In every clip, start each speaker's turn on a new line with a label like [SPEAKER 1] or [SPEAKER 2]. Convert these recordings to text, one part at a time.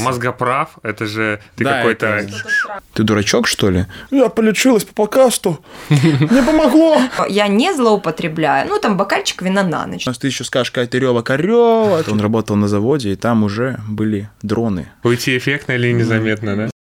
[SPEAKER 1] мозгоправ, это же ты какой-то...
[SPEAKER 2] Ты дурачок, что ли? Я полечилась по подкасту, не помогло.
[SPEAKER 3] Я не злоупотребляю, там бокальчик вина на ночь.
[SPEAKER 2] Ты еще скажешь, Катерёва. Он работал на заводе, и там уже были дроны.
[SPEAKER 1] Уйти эффектно или незаметно, да?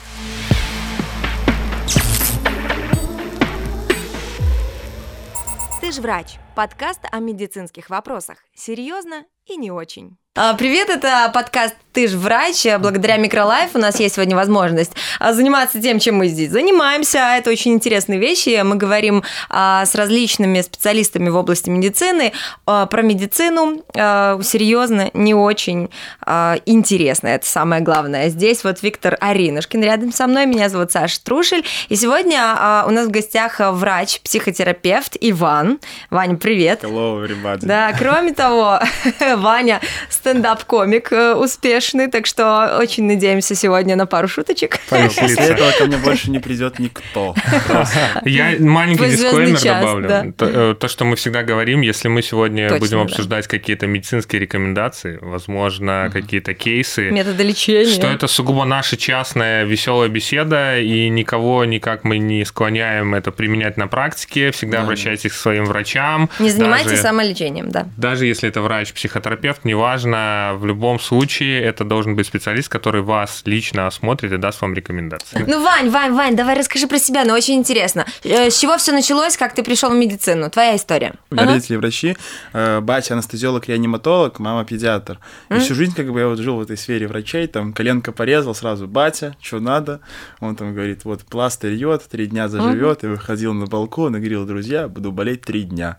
[SPEAKER 3] Ты ж врач. Подкаст о медицинских вопросах. Серьезно и не очень. Привет, это подкаст «Ты ж врач». Благодаря Микролайф у нас есть сегодня возможность заниматься тем, чем мы здесь занимаемся. Это очень интересные вещи. Мы говорим с различными специалистами в области медицины про медицину. Серьезно, не очень интересно. Это самое главное. Здесь вот Виктор Аринушкин рядом со мной. Меня зовут Саша Трушель. И сегодня у нас в гостях врач, психотерапевт Иван. Ваня, привет.
[SPEAKER 2] Hello, everybody.
[SPEAKER 3] Да, кроме того, Ваня стендап-комик успешный, так что очень надеемся сегодня на пару шуточек.
[SPEAKER 2] После этого ко мне больше не придет никто.
[SPEAKER 1] Я маленький дисклеймер добавлю. То, что мы всегда говорим, если мы сегодня будем обсуждать какие-то медицинские рекомендации, возможно, какие-то кейсы.
[SPEAKER 3] Методы лечения.
[SPEAKER 1] Что это сугубо наша частная веселая беседа, и никого никак мы не склоняем это применять на практике. Всегда обращайтесь к своим врачам.
[SPEAKER 3] Не занимайтесь самолечением, да.
[SPEAKER 1] Даже если это врач-психотерапевт, неважно, в любом случае это должен быть специалист, который вас лично осмотрит и даст вам рекомендации.
[SPEAKER 3] Вань, давай расскажи про себя, очень интересно. С чего все началось, как ты пришел в медицину? Твоя история.
[SPEAKER 2] У меня родители врачи, батя анестезиолог-реаниматолог, мама педиатр. И всю жизнь я жил в этой сфере врачей, коленка порезал, сразу батя, что надо. Он говорит, вот пластырь йод, 3 дня заживет. И выходил на балкон и говорил, друзья, буду болеть 3 дня.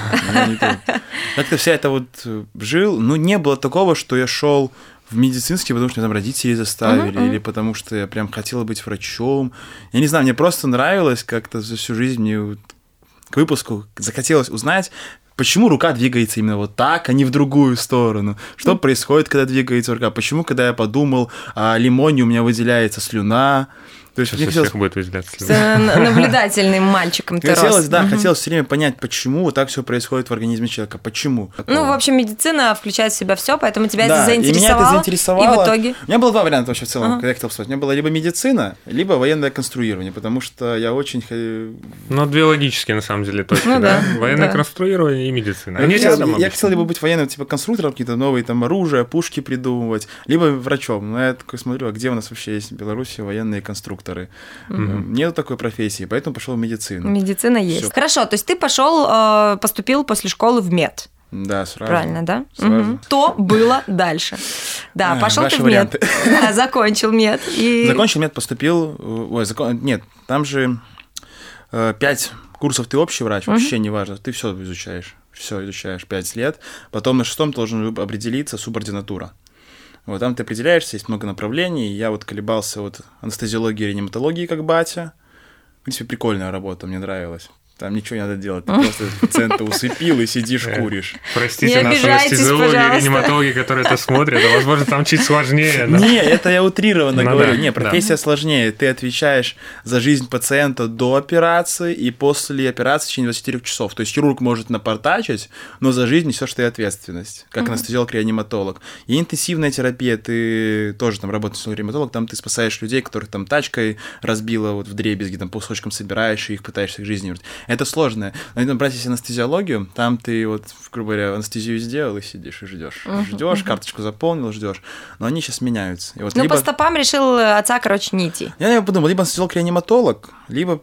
[SPEAKER 2] Как-то вся это жил, не было такого, что я шел в медицинский, потому что меня родители заставили, или потому что я прям хотела быть врачом. Я не знаю, мне просто нравилось как-то за всю жизнь, мне к выпуску захотелось узнать, почему рука двигается именно вот так, а не в другую сторону. Что происходит, когда двигается рука? Почему, когда я подумал о лимоне, у меня выделяется слюна?
[SPEAKER 1] То есть мне хотелось... будет выделяться.
[SPEAKER 3] С наблюдательным мальчиком ты рос.
[SPEAKER 2] Хотелось все время понять, почему вот так все происходит в организме человека. Почему?
[SPEAKER 3] В общем, медицина включает в себя все, поэтому тебя это заинтересовало.
[SPEAKER 2] И меня это заинтересовало.
[SPEAKER 3] И в итоге?
[SPEAKER 2] У меня было 2 варианта вообще в целом, когда я хотел поступать. У меня была либо медицина, либо военное конструирование, потому что я очень...
[SPEAKER 1] 2 логические, на самом деле, точки, да? Военное конструирование и медицина.
[SPEAKER 2] Я хотел либо быть военным, конструктором, какие-то новые оружия, пушки придумывать, либо врачом. Но я такой смотрю, а где у нас вообще есть в Беларуси военные конструкторы? Нет такой профессии, поэтому пошел в медицину.
[SPEAKER 3] Медицина есть. Всё. Хорошо, то есть ты поступил после школы в мед. Да, сразу. Правильно, да?
[SPEAKER 2] Сразу.
[SPEAKER 3] Что было дальше? Да, пошел ты в мед. Да, закончил мед.
[SPEAKER 2] Закончил мед, поступил... Нет, там же 5 курсов ты общий врач, вообще не важно, ты все изучаешь 5 лет, потом на 6-м должен определиться субординатура. Там ты определяешься, есть много направлений. Я колебался анестезиологии и реаниматологии как батя. В принципе, прикольная работа, мне нравилась. Там ничего не надо делать, ты просто пациента усыпил и сидишь, куришь.
[SPEAKER 1] Простите наши анестезиологи и реаниматологи, которые это смотрят, возможно, там чуть сложнее.
[SPEAKER 2] Не, это я утрированно говорю. Не, профессия сложнее. Ты отвечаешь за жизнь пациента до операции и после операции в течение 24 часов. То есть хирург может напортачить, но за жизнь несешь ты ответственность, как анестезиолог-реаниматолог. И интенсивная терапия, ты тоже работаешь как реаниматолог, там ты спасаешь людей, которых тачкой разбила вдребезги, по кусочкам собираешь и их пытаешься к жизни вернуть. Это сложное. Но брать если анестезиологию, там ты, грубо говоря, анестезию сделал и сидишь и ждешь. Ждешь, карточку заполнил, ждешь. Но они сейчас меняются. И
[SPEAKER 3] по стопам решил отца, не идти.
[SPEAKER 2] Я подумал, либо анестезиолог-реаниматолог, либо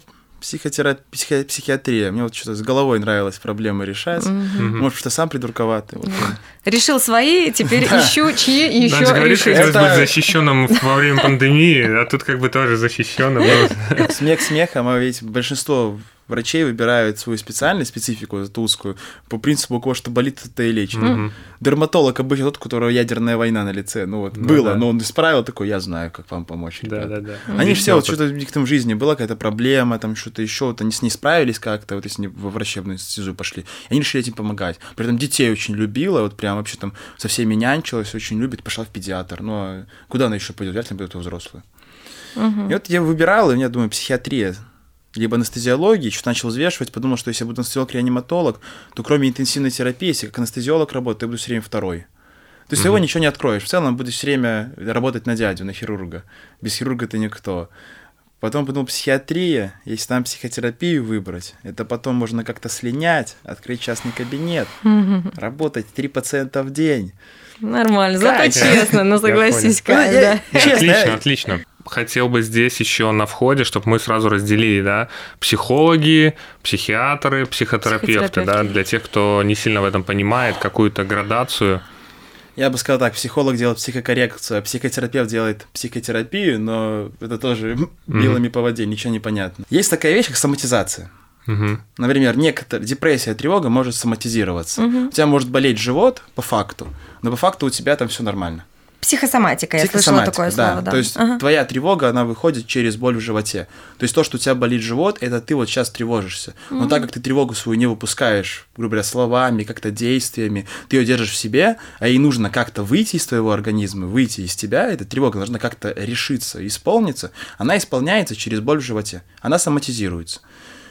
[SPEAKER 2] психиатрия. Мне что-то с головой нравилось проблемы решать. Может, что сам придурковатый.
[SPEAKER 3] Решил свои, теперь ищу, чьи еще решить.
[SPEAKER 1] Говоришь, хотелось быть защищенным во время пандемии, а тут тоже защищенным.
[SPEAKER 2] Смех смехом, а ведь большинство врачей выбирают свою специальность, специфику эту узкую, по принципу, у кого что болит, это и лечит. Дерматолог обычно тот, у которого ядерная война на лице. Было, но он исправил такой, я знаю, как вам помочь, ребята. Да. Они все, что-то у них в жизни была какая-то проблема, что-то еще, они с ней справились как-то, если во врачебную СИЗУ пошли, они решили этим помогать. При этом детей очень любила, прям вообще со всеми нянчилась, очень любит, пошла в педиатр. А куда она еще пойдет? Вряд ли пойдет во взрослую. И я выбирал, и у меня, думаю, психиатрия. Либо анестезиологии, что-то начал взвешивать, подумал, что если я буду анестезиолог-реаниматолог, то кроме интенсивной терапии, если как анестезиолог работаю, я буду все время второй. То есть его ничего не откроешь. В целом будешь все время работать на дядю, на хирурга. Без хирурга ты никто. Потом подумал, психиатрия, если там психотерапию выбрать, это потом можно как-то слинять, открыть частный кабинет, работать 3 пациента в день.
[SPEAKER 3] Нормально, зато честно, но согласись, Кать.
[SPEAKER 1] Отлично. Хотел бы здесь еще на входе, чтобы мы сразу разделили, да, психологи, психиатры, психотерапевты, да, для тех, кто не сильно в этом понимает, какую-то градацию.
[SPEAKER 2] Я бы сказал так, психолог делает психокоррекцию, а психотерапевт делает психотерапию, но это тоже вилами по воде, ничего не понятно. Есть такая вещь, как соматизация. Например, некоторая депрессия, тревога может соматизироваться. У тебя может болеть живот по факту, но по факту у тебя там все нормально.
[SPEAKER 3] Психосоматика, я слышала такое слово, да.
[SPEAKER 2] То есть твоя тревога, она выходит через боль в животе. То есть то, что у тебя болит живот, это ты вот сейчас тревожишься. Но так как ты тревогу свою не выпускаешь, грубо говоря, словами, как-то действиями, ты ее держишь в себе, а ей нужно как-то выйти из твоего организма, выйти из тебя, эта тревога должна как-то решиться, исполниться. Она исполняется через боль в животе. Она соматизируется.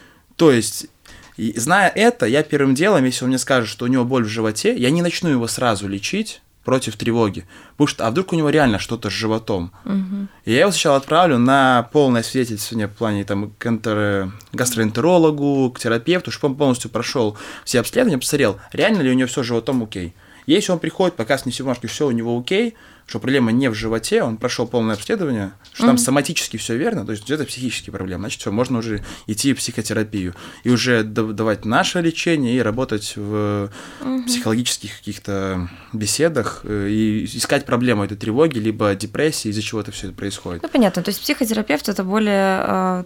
[SPEAKER 2] То есть, зная это, я первым делом, если он мне скажет, что у него боль в животе, я не начну его сразу лечить против тревоги, потому что, а вдруг у него реально что-то с животом. И я его сначала отправлю на полное свидетельствование в плане там, к гастроэнтерологу, к терапевту, чтобы он полностью прошел все обследования, посмотрел, реально ли у него все с животом окей. Если он приходит, показывает мне все бумажки, все у него окей, что проблема не в животе, он прошел полное обследование, что там соматически все верно, то есть это психические проблемы, значит, все, можно уже идти в психотерапию и уже давать наше лечение и работать в психологических каких-то беседах и искать проблему этой тревоги, либо депрессии, из-за чего это все происходит.
[SPEAKER 3] Ну, понятно, то есть психотерапевт – это более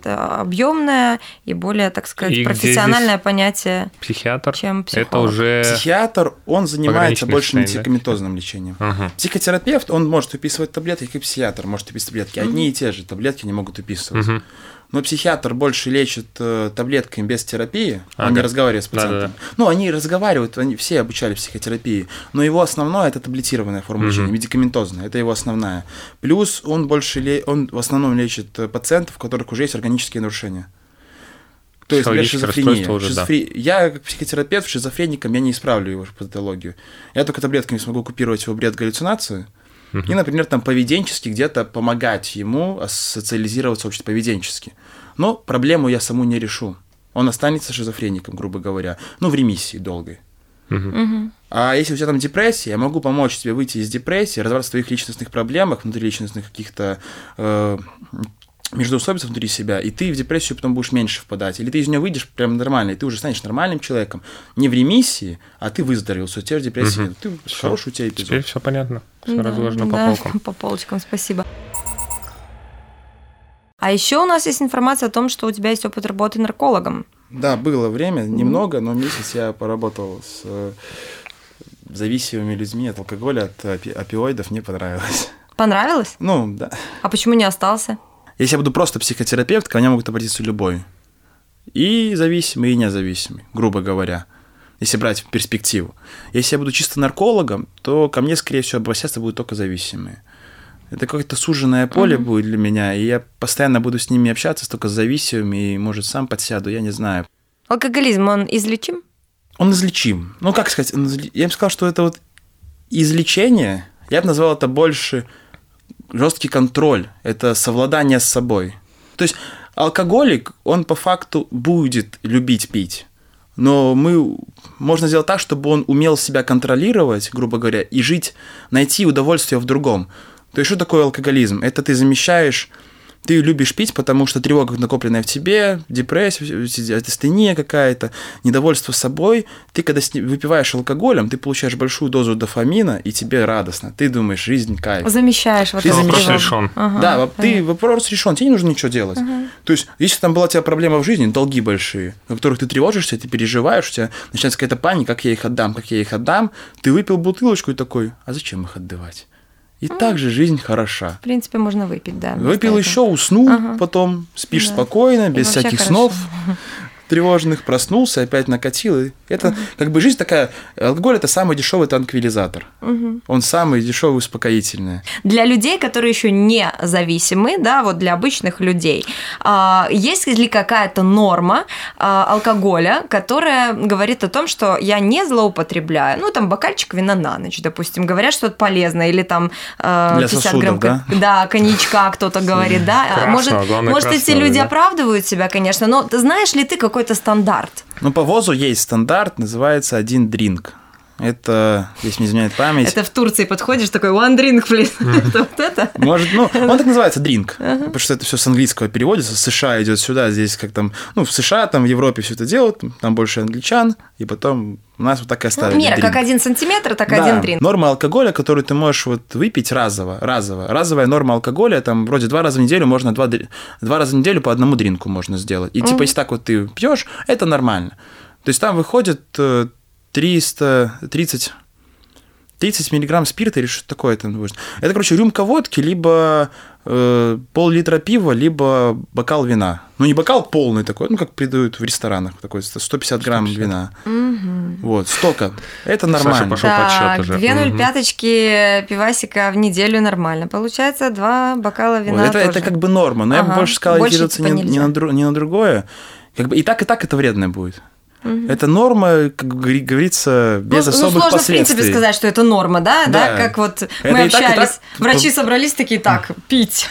[SPEAKER 3] объемное и более, так сказать, и профессиональное понятие,
[SPEAKER 1] психиатр,
[SPEAKER 3] чем психолог.
[SPEAKER 1] Это уже
[SPEAKER 2] психиатр, он занимается больше медикаментозным лечением. Психотерапевт, он может выписывать таблетки, как и психиатр может выписывать таблетки. Одни и те же таблетки не могут выписывать. Но психиатр больше лечит таблетками без терапии, он не разговаривает с пациентом. Ну, они разговаривают, они все обучали психотерапии, но его основное – это таблетированная форма лечения, медикаментозная, это его основная. Плюс он он в основном лечит пациентов, у которых уже есть органические нарушения. То есть, например, шизофрения. Я, как психотерапевт, шизофреником я не исправлю его патологию. Я только таблетками смогу купировать его бред, галлюцинации. И, например, там поведенчески где-то помогать ему социализироваться общественно-поведенчески. Но проблему я саму не решу. Он останется шизофреником, грубо говоря, в ремиссии долгой. А если у тебя там депрессия, я могу помочь тебе выйти из депрессии, разобраться в твоих личностных проблемах, внутриличностных каких-то междоусобиц внутри себя, и ты в депрессию потом будешь меньше впадать. Или ты из нее выйдешь прям нормально, и ты уже станешь нормальным человеком. Не в ремиссии, а ты выздоровел, все, у тебя депрессия. Ты хороший у тебя эпизод.
[SPEAKER 1] Теперь все понятно, все разложено по полкам.
[SPEAKER 3] По полочкам, спасибо. А еще у нас есть информация о том, что у тебя есть опыт работы наркологом.
[SPEAKER 2] Да, было время, немного, но месяц я поработал с зависимыми людьми от алкоголя, от опиоидов, мне понравилось.
[SPEAKER 3] Понравилось?
[SPEAKER 2] Ну, да.
[SPEAKER 3] А почему не остался?
[SPEAKER 2] Если я буду просто психотерапевт, ко мне могут обратиться любой. И зависимый, и независимый, грубо говоря, если брать в перспективу. Если я буду чисто наркологом, то ко мне, скорее всего, обращаться будут только зависимые. Это какое-то суженное поле будет для меня, и я постоянно буду с ними общаться, только с зависимыми, и, может, сам подсяду, я не знаю.
[SPEAKER 3] Алкоголизм, он излечим?
[SPEAKER 2] Он излечим. Ну, как сказать, я бы сказал, что это вот излечение, я бы назвал это больше жесткий контроль, это совладание с собой. То есть алкоголик, он по факту будет любить пить, но можно сделать так, чтобы он умел себя контролировать, грубо говоря, и найти удовольствие в другом. То есть что такое алкоголизм? Это ты замещаешь, ты любишь пить, потому что тревога накопленная в тебе, депрессия, астения какая-то, недовольство собой. Ты, когда выпиваешь алкоголем, ты получаешь большую дозу дофамина, и тебе радостно. Ты думаешь, жизнь кайф.
[SPEAKER 3] Замещаешь.
[SPEAKER 1] Вопрос решен.
[SPEAKER 2] Да, вопрос решен, тебе не нужно ничего делать. То есть, если там была у тебя проблема в жизни, долги большие, о которых ты тревожишься, ты переживаешь, у тебя начинается какая-то паника, как я их отдам, ты выпил бутылочку и такой, а зачем их отдавать? И так же жизнь хороша.
[SPEAKER 3] В принципе, можно выпить, да.
[SPEAKER 2] Выпил еще, уснул, потом спишь спокойно, без всяких снов тревожных, проснулся, опять накатил, и Это как бы жизнь такая. Алкоголь – это самый дешевый транквилизатор. Он самый дешевый успокоительный.
[SPEAKER 3] Для людей, которые еще не зависимы, да, вот для обычных людей, есть ли какая-то норма алкоголя, которая говорит о том, что я не злоупотребляю, ну, там, бокальчик вина на ночь, допустим, говорят, что это полезно, или там 50
[SPEAKER 2] сосудов,
[SPEAKER 3] грамм да, коньячка кто-то говорит, да, может, эти люди оправдывают себя, конечно, но знаешь ли ты какой-то стандарт?
[SPEAKER 2] Ну, по ВОЗу есть стандарт, называется 1 дринк. Это, если не изменяет память...
[SPEAKER 3] Это в Турции подходишь, такой one drink, please. Это вот это?
[SPEAKER 2] Может, ну, он так называется дринк, потому что это все с английского переводится, с США идет сюда, здесь как там, ну, в США, там в Европе все это делают, там больше англичан, и потом у нас вот так и оставили.
[SPEAKER 3] Мера как 1 сантиметр, так 1 дринк.
[SPEAKER 2] Норма алкоголя, которую ты можешь вот выпить разово. Разовая норма алкоголя, там вроде 2 раза в неделю можно 2 раза в неделю по 1 дринку можно сделать. И типа, если так вот ты пьешь, это нормально. То есть там выходит 30 миллиграмм спирта или что-то такое. Это, короче, рюмка водки, либо пол-литра пива, либо бокал вина. Ну, не бокал полный такой, ну, как придают в ресторанах, такой 150 грамм вина. Вот, столько. Это нормально.
[SPEAKER 1] Саша пошел подсчет уже.
[SPEAKER 3] 2,05 пивасика в неделю нормально. Получается 2 бокала вина
[SPEAKER 2] вот, это как бы норма, но я бы больше сказал ориентироваться не на другое. Как бы и так это вредно будет. Это норма, как говорится, без особых
[SPEAKER 3] сложно,
[SPEAKER 2] последствий.
[SPEAKER 3] в принципе, сказать, что это норма, да? Как вот мы общались, врачи собрались такие, так, пить.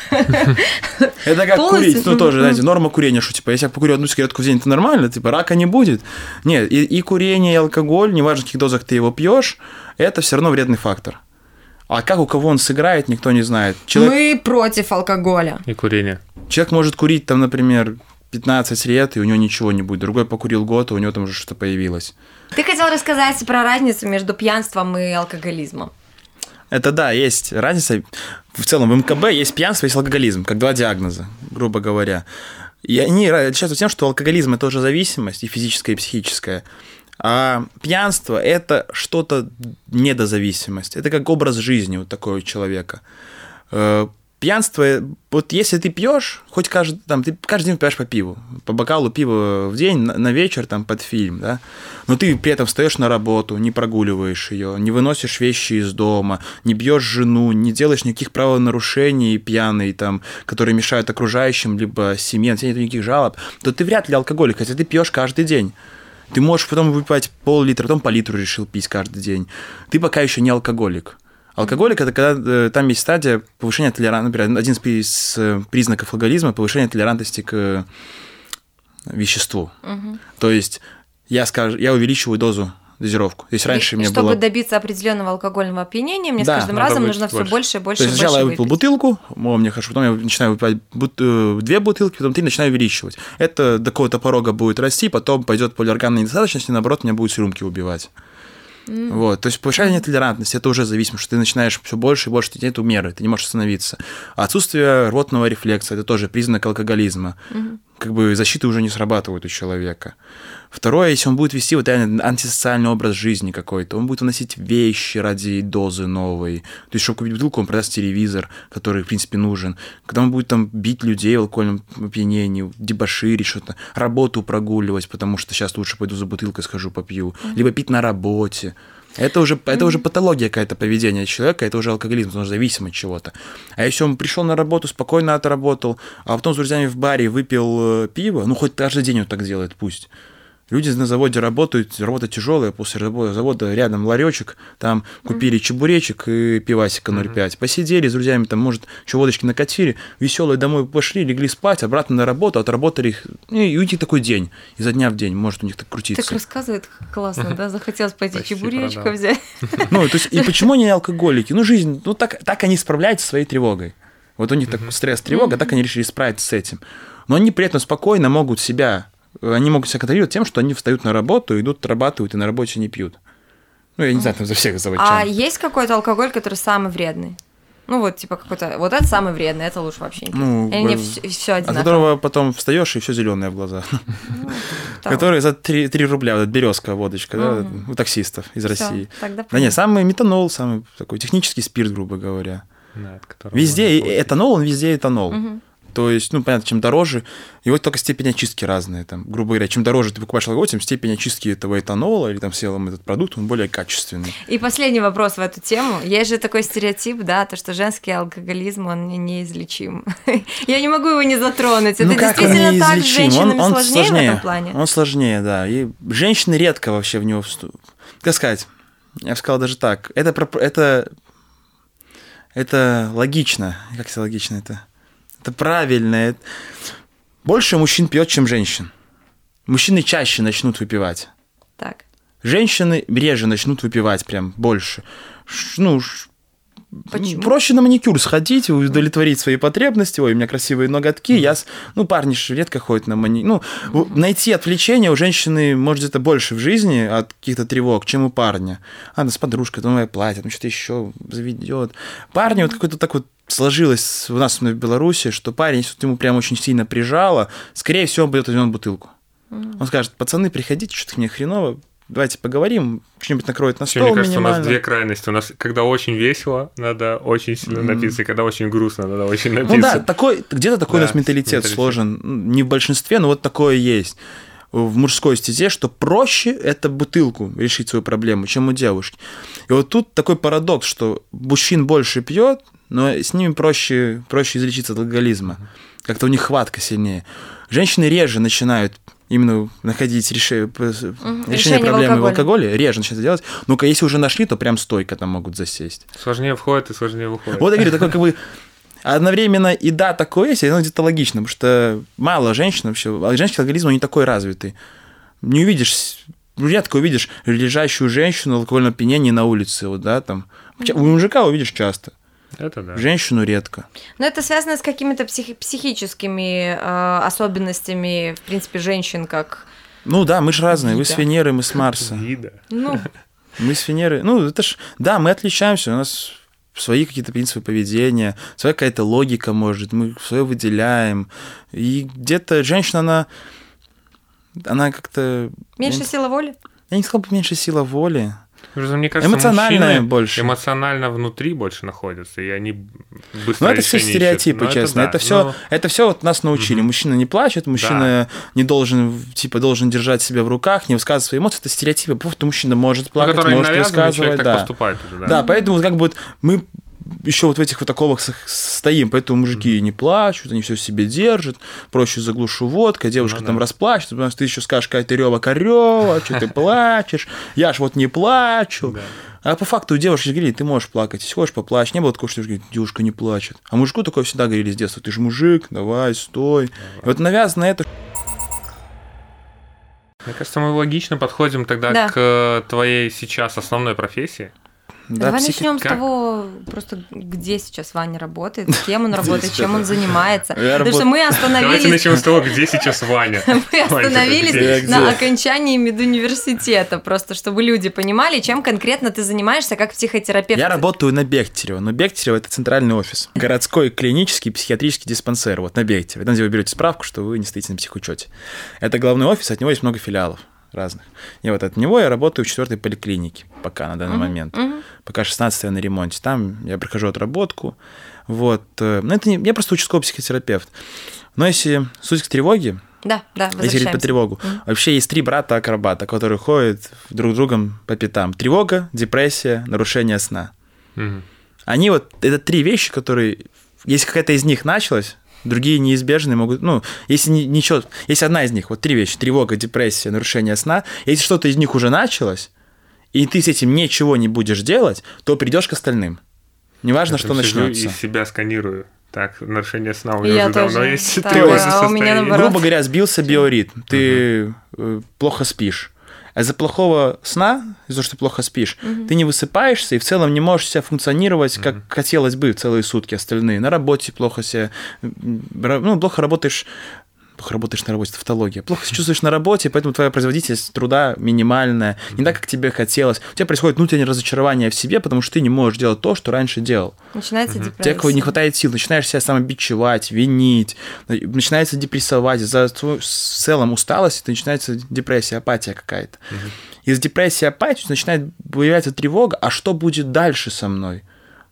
[SPEAKER 2] Это как курить, ну тоже, знаете, норма курения, что типа, если я покурю 1 сигаретку в день, это нормально, типа рака не будет. Нет, и курение, и алкоголь, неважно, в каких дозах ты его пьешь, это все равно вредный фактор. А как у кого он сыграет, никто не знает.
[SPEAKER 3] Мы против алкоголя.
[SPEAKER 1] И курения.
[SPEAKER 2] Человек может курить там, например, 15 лет, и у него ничего не будет. Другой покурил год, и у него там уже что-то появилось.
[SPEAKER 3] Ты хотел рассказать про разницу между пьянством и алкоголизмом.
[SPEAKER 2] Это да, есть разница. В целом в МКБ есть пьянство, есть алкоголизм, как 2 диагноза, грубо говоря. И они отличаются тем, что алкоголизм – это уже зависимость, и физическая, и психическая. А пьянство – это что-то недозависимость. Это как образ жизни вот такого человека. Пьянство, вот если ты пьешь, хоть ты каждый день пьешь по пиву, по бокалу пива в день, на вечер там под фильм, да, но ты при этом встаешь на работу, не прогуливаешь ее, не выносишь вещи из дома, не бьешь жену, не делаешь никаких правонарушений пьяный, там, которые мешают окружающим, либо семье, нет никаких жалоб, то ты вряд ли алкоголик, хотя ты пьешь каждый день. Ты можешь потом выпивать пол-литра, потом по литру решил пить каждый день. Ты пока еще не алкоголик. Алкоголик – это когда там есть стадия повышения толерантности, например, один из признаков алкоголизма – повышение толерантности к веществу. То есть я увеличиваю дозировку. Если раньше мне
[SPEAKER 3] чтобы добиться определенного алкогольного опьянения, мне с каждым разом нужно все больше и больше.
[SPEAKER 2] То есть сначала я выпил бутылку, мне хорошо, потом я начинаю выпивать 2 бутылки, потом 3 начинаю увеличивать. Это до какого-то порога будет расти, потом пойдет полиорганная недостаточность, и наоборот, меня будет с рюмки убивать. Вот, то есть повышение толерантности – это уже зависимость, что ты начинаешь все больше и больше, нет меры, ты не можешь остановиться. А отсутствие рвотного рефлекса – это тоже признак алкоголизма. Как бы защиты уже не срабатывают у человека. Второе, если он будет вести вот реально антисоциальный образ жизни какой-то, он будет уносить вещи ради дозы новой. То есть, чтобы купить бутылку, он продаст телевизор, который, в принципе, нужен. Когда он будет там бить людей в алкогольном опьянении, дебоширить что-то, работу прогуливать, потому что сейчас лучше пойду за бутылкой схожу попью, либо пить на работе. Это уже патология какая-то поведения человека, это уже алкоголизм, он уже зависим от чего-то. А если он пришел на работу, спокойно отработал, а потом с друзьями в баре выпил пиво, ну хоть каждый день он так делает, пусть. Люди на заводе работают, работа тяжелая, после завода рядом ларечек, там купили чебуречек и пивасика 0,5, посидели с друзьями, там, может, еще водочки накатили, веселые домой пошли, легли спать, обратно на работу, отработали их, и у них такой день, изо дня в день, может у них так крутиться.
[SPEAKER 3] Так рассказывает классно, да, захотелось пойти чебуречка взять.
[SPEAKER 2] Ну, то есть, и почему они алкоголики? Ну, жизнь, ну, так они справляются со своей тревогой. Вот у них так стресс, тревога, так они решили справиться с этим. Но они при этом спокойно могут себя контролировать тем, что они встают на работу, идут, отрабатывают и на работе не пьют. Ну, я не знаю, там за всех заводчан.
[SPEAKER 3] А есть какой-то алкоголь, который самый вредный? Ну, вот, типа, какой-то, вот это самый вредный, это лучше вообще не пить.
[SPEAKER 2] Ну,
[SPEAKER 3] или все одинаково?
[SPEAKER 2] От которого потом встаешь и все зеленое в глазах. Который за 3 рубля, вот березка водочка, да, у таксистов из России. Да нет, самый метанол, самый такой технический спирт, грубо говоря. Везде этанол, он везде этанол. То есть, ну, понятно, чем дороже, его только степень очистки разная. Там, грубо говоря, чем дороже ты покупаешь алкоголь, тем степень очистки этого этанола или там в целом этот продукт, он более качественный.
[SPEAKER 3] И последний вопрос в эту тему. Есть же такой стереотип, да, то, что женский алкоголизм, он неизлечим. Я не могу его не затронуть. Это действительно так с женщинами сложнее в этом плане?
[SPEAKER 2] Он сложнее, да. И женщины редко вообще в него вступают. Как сказать, я бы сказал даже так, это логично. Как это логично? Это правильно. Больше мужчин пьет, чем женщин. Мужчины чаще начнут выпивать.
[SPEAKER 3] Так.
[SPEAKER 2] Женщины реже начнут выпивать прям больше.
[SPEAKER 3] Почему?
[SPEAKER 2] Проще на маникюр сходить, удовлетворить свои потребности. Ой, у меня красивые ноготки. Парни же редко ходят на маникюр. Найти отвлечение у женщины может где-то больше в жизни от каких-то тревог, чем у парня. Она с подружкой, новое платье, что-то еще заведет. Парни вот какой-то так вот сложилось у нас в Беларуси, что парень, если ему прям очень сильно прижало, скорее всего, он пойдет возьмет бутылку. Он скажет: пацаны, приходите, что-то мне хреново, давайте поговорим, что-нибудь накроет на стол.
[SPEAKER 1] Мне кажется, у нас две крайности. У нас, когда очень весело, надо очень сильно напиться, и когда очень грустно, надо очень напиться.
[SPEAKER 2] Ну да, где-то такой у нас менталитет сложен. Не в большинстве, но вот такое есть. В мужской стезе, что проще это бутылку решить свою проблему, чем у девушки. И вот тут такой парадокс, что мужчин больше пьет, но с ними проще излечиться от алкоголизма. Как-то у них хватка сильнее. Женщины реже начинают именно находить решение проблемы в алкоголе, реже начинают это делать. Но если уже нашли, то прям стойко там могут засесть.
[SPEAKER 1] Сложнее входит и сложнее выходит.
[SPEAKER 2] Вот я говорю, такой как бы одновременно и да, такое есть, и оно где-то логично, потому что мало женщин вообще, женский алкоголизм, он не такой развитый. Не увидишь, редко увидишь лежащую женщину в алкогольном опьянении на улице, вот, да, там. У мужика увидишь часто.
[SPEAKER 1] Это да.
[SPEAKER 2] Женщину редко.
[SPEAKER 3] Но это связано с какими-то психическими особенностями, в принципе, женщин, как...
[SPEAKER 2] Ну да, мы же разные, вы с Венеры, мы с Марса. Мы с Венеры, это ж, да, мы отличаемся, у нас свои какие-то принципы поведения, своя какая-то логика, может, мы свое выделяем. И где-то женщина, она как-то...
[SPEAKER 3] Меньше сила воли?
[SPEAKER 2] Я не сказал бы меньше сила воли.
[SPEAKER 1] Мне кажется,
[SPEAKER 2] эмоционально больше.
[SPEAKER 1] Эмоционально внутри больше находятся, и они быстро.
[SPEAKER 2] Ну, это все стереотипы, честно. Это все вот нас научили. Мужчина не плачет, мужчина не должен, должен держать себя в руках, не высказывать свои эмоции. Это стереотипы. Просто мужчина может плакать, может высказывать.
[SPEAKER 1] Так поступает уже,
[SPEAKER 2] да, поэтому как бы мы еще вот в этих вот оковах стоим, поэтому мужики не плачут, они все в себе держат, проще заглушу водкой, девушка там расплачется, потому что ты еще скажешь, какая ты рёва-корёва, что ты плачешь, я ж вот не плачу. А по факту у девушки говорили, ты можешь плакать, если хочешь, поплачь. Не было такого, что девушка не плачет. А мужику такое всегда говорили с детства, ты же мужик, давай, стой. И вот навязано это.
[SPEAKER 1] Мне кажется, мы логично подходим тогда к твоей сейчас основной профессии.
[SPEAKER 3] Давай начнем с того, просто где сейчас Ваня работает, с кем он работает, чем он занимается. Потому что мы остановились...
[SPEAKER 1] Давайте начнем с того, где сейчас Ваня.
[SPEAKER 3] Мы остановились на окончании медуниверситета, просто чтобы люди понимали, чем конкретно ты занимаешься как психотерапевт.
[SPEAKER 2] Я работаю на Бехтерева, но Бехтерево – это центральный офис. Городской клинический психиатрический диспансер, вот на Бехтерево. Там, где вы берете справку, что вы не стоите на психучете. Это главный офис, от него есть много филиалов разных. И вот от него я работаю в 4-й поликлинике пока на данный момент. Пока 16-я на ремонте. Там я прохожу отработку. Вот. Но это не... Я просто участковый психотерапевт. Но если суть к тревоге, если говорить по тревогу, вообще есть 3 брата-акробата, которые ходят друг другом по пятам. Тревога, депрессия, нарушение сна. Они вот... Это 3 вещи, которые... Если какая-то из них началась, другие неизбежные могут, если одна из них, вот 3 вещи, тревога, депрессия, нарушение сна, если что-то из них уже началось, и ты с этим ничего не будешь делать, то придешь к остальным. Неважно, что начнется.
[SPEAKER 1] Я себя сканирую. Так, нарушение сна у меня уже давно есть.
[SPEAKER 2] Грубо говоря, сбился биоритм, ты плохо спишь. А из-за плохого сна, из-за того, что ты плохо спишь, ты не высыпаешься и в целом не можешь себя функционировать, как хотелось бы целые сутки остальные. На работе плохо себя... плохо работаешь на работе, тавтология. Плохо себя чувствуешь на работе, поэтому твоя производительность труда минимальная, не так, как тебе хотелось. У тебя происходит внутреннее разочарование в себе, потому что ты не можешь делать то, что раньше делал.
[SPEAKER 3] Начинается депрессия.
[SPEAKER 2] Тебе не хватает сил, начинаешь себя самобичевать, винить, начинается депрессовать. Из-за в целом усталости начинается депрессия, апатия какая-то. Из депрессии, апатии начинает появляться тревога, а что будет дальше со мной?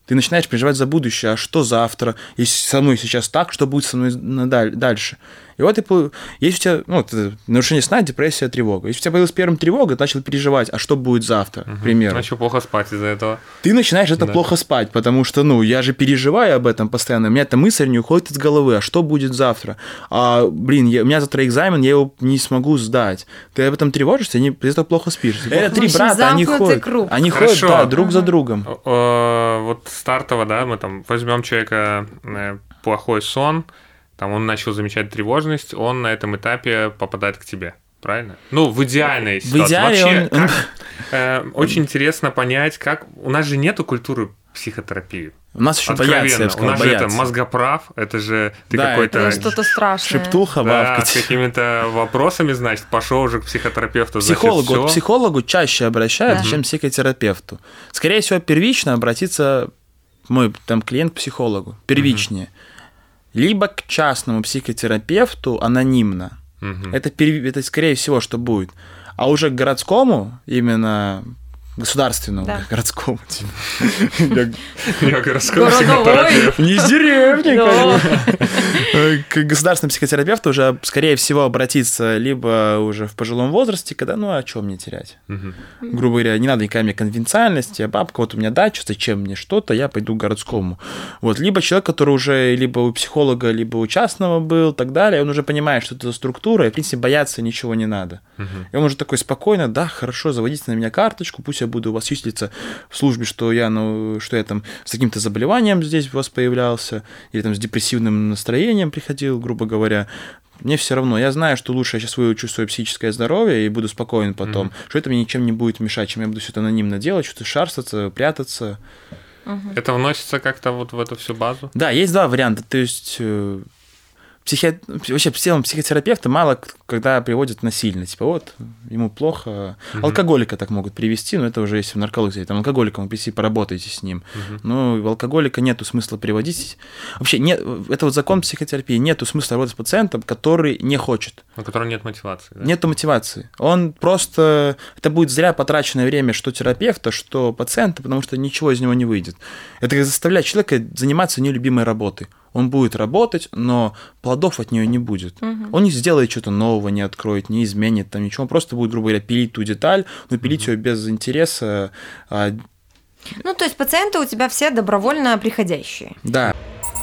[SPEAKER 2] Ты начинаешь переживать за будущее, а что завтра, если со мной сейчас так, что будет со мной дальше? И вот есть у тебя нарушение сна, депрессия, тревога. Если у тебя появилась первая тревога, ты начал переживать, а что будет завтра, к примеру.
[SPEAKER 1] Начал плохо спать из-за этого.
[SPEAKER 2] Ты начинаешь плохо спать, потому что, я же переживаю об этом постоянно, у меня эта мысль не уходит из головы, а что будет завтра? У меня завтра экзамен, я его не смогу сдать. Ты об этом тревожишься, и из-за этого плохо спишь. Это 3 брата, они ходят друг за другом.
[SPEAKER 1] Вот стартово, да, мы там возьмем человека плохой сон, там он начал замечать тревожность, он на этом этапе попадает к тебе, правильно? В идеальной ситуации.
[SPEAKER 2] В идеале
[SPEAKER 1] вообще, очень интересно понять, как... У нас же нету культуры психотерапии.
[SPEAKER 2] У нас еще боятся, я
[SPEAKER 1] сказал, у нас же это мозгоправ, это же ты какой-то...
[SPEAKER 3] Это что-то страшное.
[SPEAKER 2] Шептуха, бабка.
[SPEAKER 1] С какими-то вопросами, значит, пошел уже к психотерапевту.
[SPEAKER 2] К психологу чаще обращаются, чем к психотерапевту. Скорее всего, первично обратиться мой клиент к психологу. Первичнее. Либо к частному психотерапевту анонимно. Это скорее всего, что будет. А уже к городскому, именно государственному, городскому.
[SPEAKER 1] Я городскому психотерапевту.
[SPEAKER 2] Не из деревни. К государственному психотерапевту уже, скорее всего, обратиться либо уже в пожилом возрасте, когда, о чем мне терять? Грубо говоря, не надо никакой мне конвенциальности, бабка, вот у меня дача, зачем мне что-то, я пойду к городскому. Либо человек, который уже либо у психолога, либо у частного был, и так далее, он уже понимает, что это за структура, и, в принципе, бояться ничего не надо. И он уже такой спокойно, да, хорошо, заводите на меня карточку, пусть я буду у вас числиться в службе, что я там с каким-то заболеванием здесь у вас появлялся, или там с депрессивным настроением приходил, грубо говоря. Мне все равно. Я знаю, что лучше я сейчас выучу свое психическое здоровье и буду спокоен потом, что это мне ничем не будет мешать, чем я буду все это анонимно делать, что-то шарстаться, прятаться.
[SPEAKER 1] Это вносится как-то в эту всю базу?
[SPEAKER 2] Да, есть 2 варианта. То есть... Вообще, в целом, психотерапевта мало когда приводят насильно. Типа, ему плохо. Алкоголика так могут привести, но это уже если в наркологии. Там алкоголика могут привести, поработайте с ним. Но у алкоголика нету смысла приводить. Вообще, это закон психотерапии. Нету смысла работать с пациентом, который не хочет.
[SPEAKER 1] У которого нет мотивации. Да?
[SPEAKER 2] Нету мотивации. Он просто... Это будет зря потраченное время что терапевта, что пациента, потому что ничего из него не выйдет. Это как заставлять человека заниматься нелюбимой работой. Он будет работать, но плодов от нее не будет. Он не сделает что-то нового, не откроет, не изменит там ничего. Он просто будет, грубо говоря, пилить ту деталь, но пилить ее без интереса.
[SPEAKER 3] То есть пациенты у тебя все добровольно приходящие.
[SPEAKER 2] Да.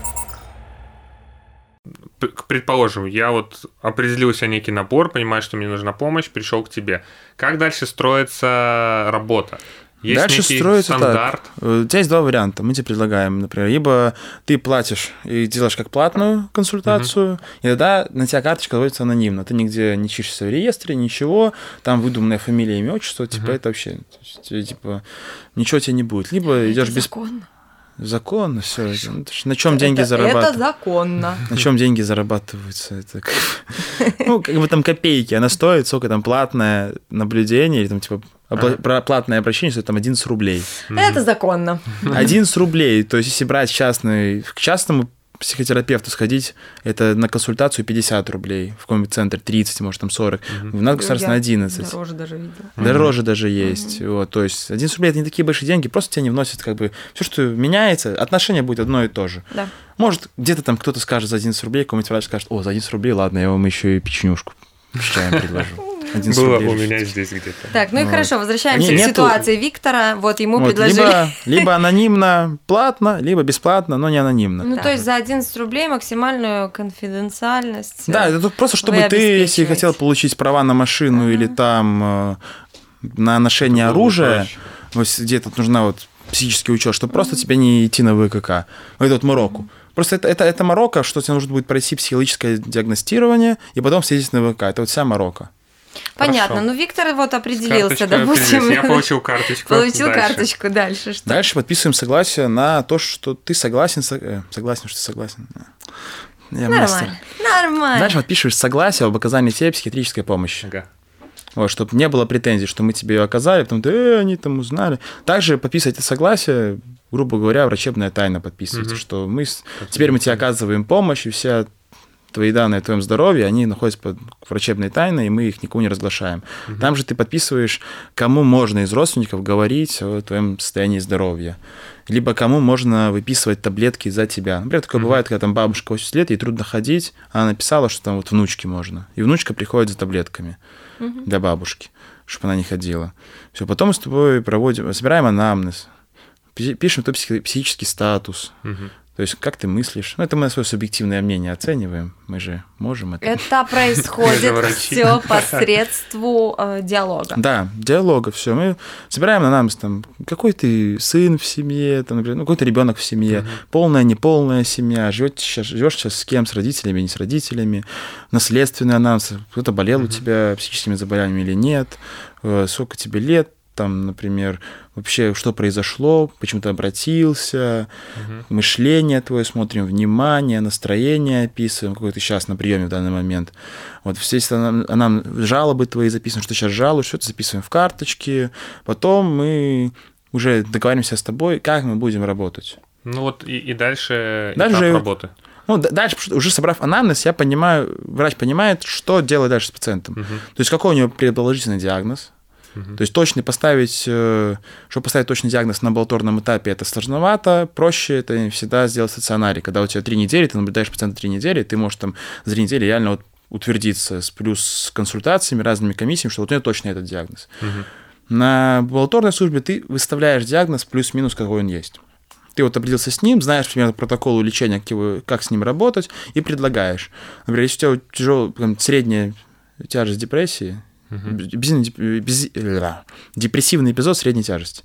[SPEAKER 1] Предположим, я определил себе некий набор, понимаю, что мне нужна помощь, пришел к тебе. Как дальше строится работа? Есть
[SPEAKER 2] дальше
[SPEAKER 1] некий
[SPEAKER 2] строится
[SPEAKER 1] стандарт?
[SPEAKER 2] Так. У тебя есть 2 варианта. Мы тебе предлагаем, например, либо ты платишь и делаешь как платную консультацию, и тогда на тебя карточка заводится анонимно. Ты нигде не чишься в реестре, ничего, там выдуманная фамилия, имя, отчество, это вообще, ничего тебе не будет. Либо идешь без... Законно все. На чем деньги зарабатываются?
[SPEAKER 3] Это законно.
[SPEAKER 2] На чем деньги зарабатываются? Это там копейки. Она стоит, сколько там платное наблюдение или там платное обращение стоит там 11 рублей.
[SPEAKER 3] Это законно.
[SPEAKER 2] 11 рублей. То есть, если брать к частному психотерапевту сходить, это на консультацию 50 рублей, в каком-нибудь центре 30, может, там 40. В нас государственно 11.
[SPEAKER 3] Дороже даже видела.
[SPEAKER 2] Дороже даже есть. То есть 11 рублей – это не такие большие деньги, просто тебя не вносят все, что меняется, отношение будет одно и то же.
[SPEAKER 3] Да.
[SPEAKER 2] Может, где-то там кто-то скажет за 11 рублей, какой-нибудь врач скажет, за 11 рублей, ладно, я вам еще и печенюшку с чаем предложу.
[SPEAKER 1] Было у меня здесь где-то.
[SPEAKER 3] Так, хорошо, возвращаемся к ситуации Виктора. Ему предложили...
[SPEAKER 2] Либо анонимно, платно, либо бесплатно, но не анонимно.
[SPEAKER 3] То есть за 11 рублей максимальную конфиденциальность.
[SPEAKER 2] Да, это просто чтобы ты, если хотел получить права на машину или там на ношение оружия, где-то нужна психический учет, чтобы просто тебе не идти на ВКК. Это Марокко. Просто это Марокко, что тебе нужно будет пройти психологическое диагностирование и потом съездить на ВК. Это вся Марокко.
[SPEAKER 3] Понятно.
[SPEAKER 1] Хорошо.
[SPEAKER 3] Виктор определился, допустим.
[SPEAKER 1] Я получил карточку.
[SPEAKER 3] Карточку. Дальше что?
[SPEAKER 2] Дальше подписываем согласие на то, что ты согласен. Согласен, что ты согласен.
[SPEAKER 3] Нормально.
[SPEAKER 2] Дальше подпишешь согласие об оказании тебе психиатрической помощи. Чтобы не было претензий, что мы тебе ее оказали, потом они там узнали. Также подписывайте согласие, грубо говоря, врачебная тайна подписывается, что теперь мы тебе оказываем помощь, и вся твои данные о твоем здоровье, они находятся под врачебной тайной, и мы их никому не разглашаем. Там же ты подписываешь, кому можно из родственников говорить о твоем состоянии здоровья. Либо кому можно выписывать таблетки за тебя. Например, такое бывает, когда там бабушка 80 лет, ей трудно ходить, она написала, что там вот внучке можно. И внучка приходит за таблетками для бабушки, чтобы она не ходила. Все, потом мы с тобой собираем анамнез, пишем твой психический статус. То есть, как ты мыслишь? Ну, это мы на свое субъективное мнение оцениваем. Мы же можем это.
[SPEAKER 3] Это происходит все посредством диалога.
[SPEAKER 2] Да, диалога, все. Мы собираем анамнез, там, какой ты сын в семье, там, например, какой-то ребенок в семье, полная, неполная семья, живешь сейчас с кем, с родителями, не с родителями, наследственный анамнез, кто-то болел у тебя психическими заболеваниями или нет, сколько тебе лет, там, например, вообще, что произошло, почему ты обратился, мышление твое смотрим, внимание, настроение описываем, какой ты сейчас на приеме в данный момент. Вот все нам жалобы твои записываем, что ты сейчас жалуешься, что-то записываем в карточки. Потом мы уже договариваемся с тобой, как мы будем работать.
[SPEAKER 1] Ну вот и дальше этап работы.
[SPEAKER 2] Ну, дальше, уже собрав анамнез, я понимаю, врач понимает, что делать дальше с пациентом. То есть какой у него предположительный диагноз. То есть чтобы поставить точный диагноз на амбулаторном этапе, это сложновато, проще это всегда сделать в стационаре. Когда у тебя 3 недели, ты наблюдаешь пациента 3 недели, ты можешь там за 3 недели реально вот утвердиться плюс с консультациями, разными комиссиями, что вот у него точно этот диагноз. На амбулаторной службе ты выставляешь диагноз плюс-минус, какой он есть. Ты вот определился с ним, знаешь примерно протокол лечения, как с ним работать, и предлагаешь. Например, если у тебя средняя тяжесть депрессии, депрессивный эпизод средней тяжести.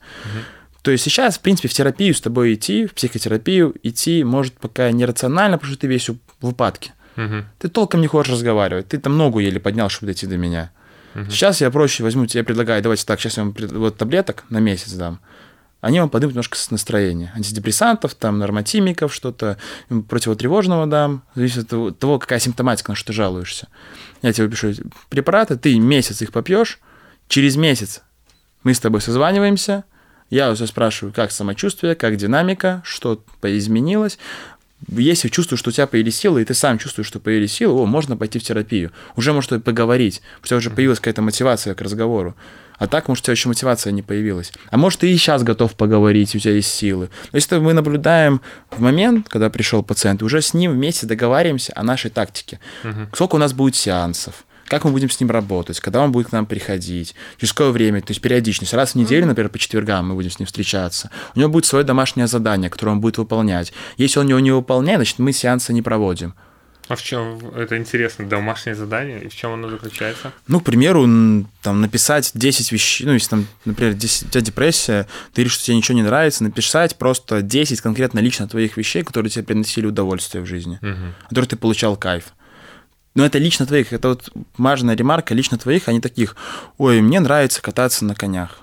[SPEAKER 2] То есть сейчас, в принципе, в терапию с тобой идти, в психотерапию идти может пока нерационально, потому что ты весь в упадке. Ты толком не хочешь разговаривать, ты там ногу еле поднял, чтобы дойти до меня. Сейчас я проще возьму, тебе предлагаю, давайте так, сейчас я вам вот таблеток на месяц дам. Они вам поднимут немножко настроение. Антидепрессантов, там, нормотимиков, что-то противотревожного дам. Зависит от того, какая симптоматика, на что ты жалуешься. Я тебе пишу препараты, ты месяц их попьешь, через месяц мы с тобой созваниваемся, я у тебя спрашиваю, как самочувствие, как динамика, что изменилось. Если чувствуешь, что у тебя появились силы, и ты сам чувствуешь, что появились силы, можно пойти в терапию. Уже можно поговорить, у тебя уже появилась какая-то мотивация к разговору. А так, может, у тебя еще мотивация не появилась. А может, ты и сейчас готов поговорить, у тебя есть силы. Но если мы наблюдаем в момент, когда пришел пациент, уже с ним вместе договариваемся о нашей тактике. Сколько у нас будет сеансов, как мы будем с ним работать, когда он будет к нам приходить, через какое время, то есть периодичность. Раз в неделю, например, по четвергам мы будем с ним встречаться. У него будет свое домашнее задание, которое он будет выполнять. Если он его не выполняет, значит, мы сеансы не проводим.
[SPEAKER 1] А в чем это интересно, домашнее задание, и в чем оно заключается?
[SPEAKER 2] Ну, к примеру, там, написать 10 вещей, ну, если там, например, у тебя депрессия, ты решишь, что тебе ничего не нравится, написать просто 10 конкретно лично твоих вещей, которые тебе приносили удовольствие в жизни, которые ты получал кайф. Но это лично твоих, это вот важная ремарка, лично твоих, а не таких, ой, мне нравится кататься на конях.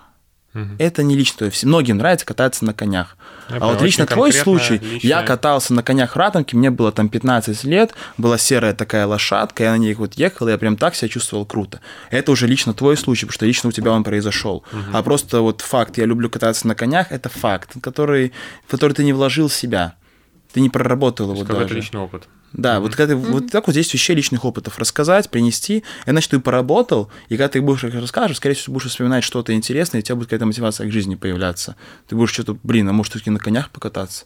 [SPEAKER 2] Это не лично твое. Многим нравится кататься на конях. А вот лично твой случай, я катался на конях в Ратомке, мне было там 15 лет, была серая такая лошадка, я на ней вот ехал, и я прям так себя чувствовал круто. Это уже лично твой случай, потому что лично у тебя он произошел. А просто вот факт, я люблю кататься на конях, это факт, в который ты не вложил в себя. Ты не проработал его даже.
[SPEAKER 1] Это личный опыт.
[SPEAKER 2] Да, вот когда вот так вот здесь вещей личных опытов рассказать, принести, и значит, ты поработал, и когда ты будешь расскажешь, скорее всего, будешь вспоминать что-то интересное, и у тебя будет какая-то мотивация к жизни появляться. Ты будешь что-то, а может, все-таки на конях покататься.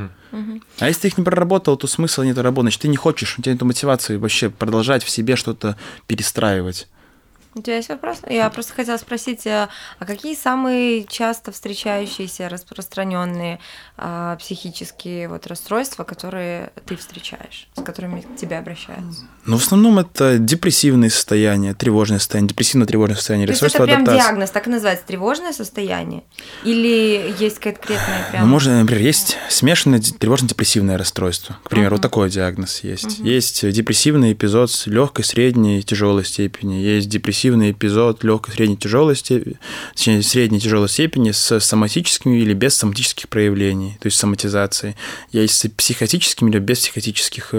[SPEAKER 2] А если ты их не проработал, то смысла нет работы, значит, ты не хочешь, у тебя нет мотивации вообще продолжать в себе что-то перестраивать.
[SPEAKER 3] У тебя есть вопрос? Я просто хотела спросить, а какие самые часто встречающиеся, распространенные психические вот расстройства, которые ты встречаешь, с которыми к тебе обращаются?
[SPEAKER 2] Ну, в основном это депрессивные состояния, тревожное состояние, депрессивно-тревожное состояние, расстройство адаптации.
[SPEAKER 3] То есть это прям диагноз, так и называется, тревожное состояние? Или есть конкретное прям?
[SPEAKER 2] Ну, можно, например, есть смешанное тревожно-депрессивное расстройство. К примеру, вот такой диагноз есть. Есть депрессивный эпизод с легкой, средней, тяжелой степени, есть депрессивный эпизод легкой, средней, тяжелой степени, точнее, средней, тяжелой степени с соматическими или без соматических проявлений, то есть соматизацией. Есть с психотическими или без психотических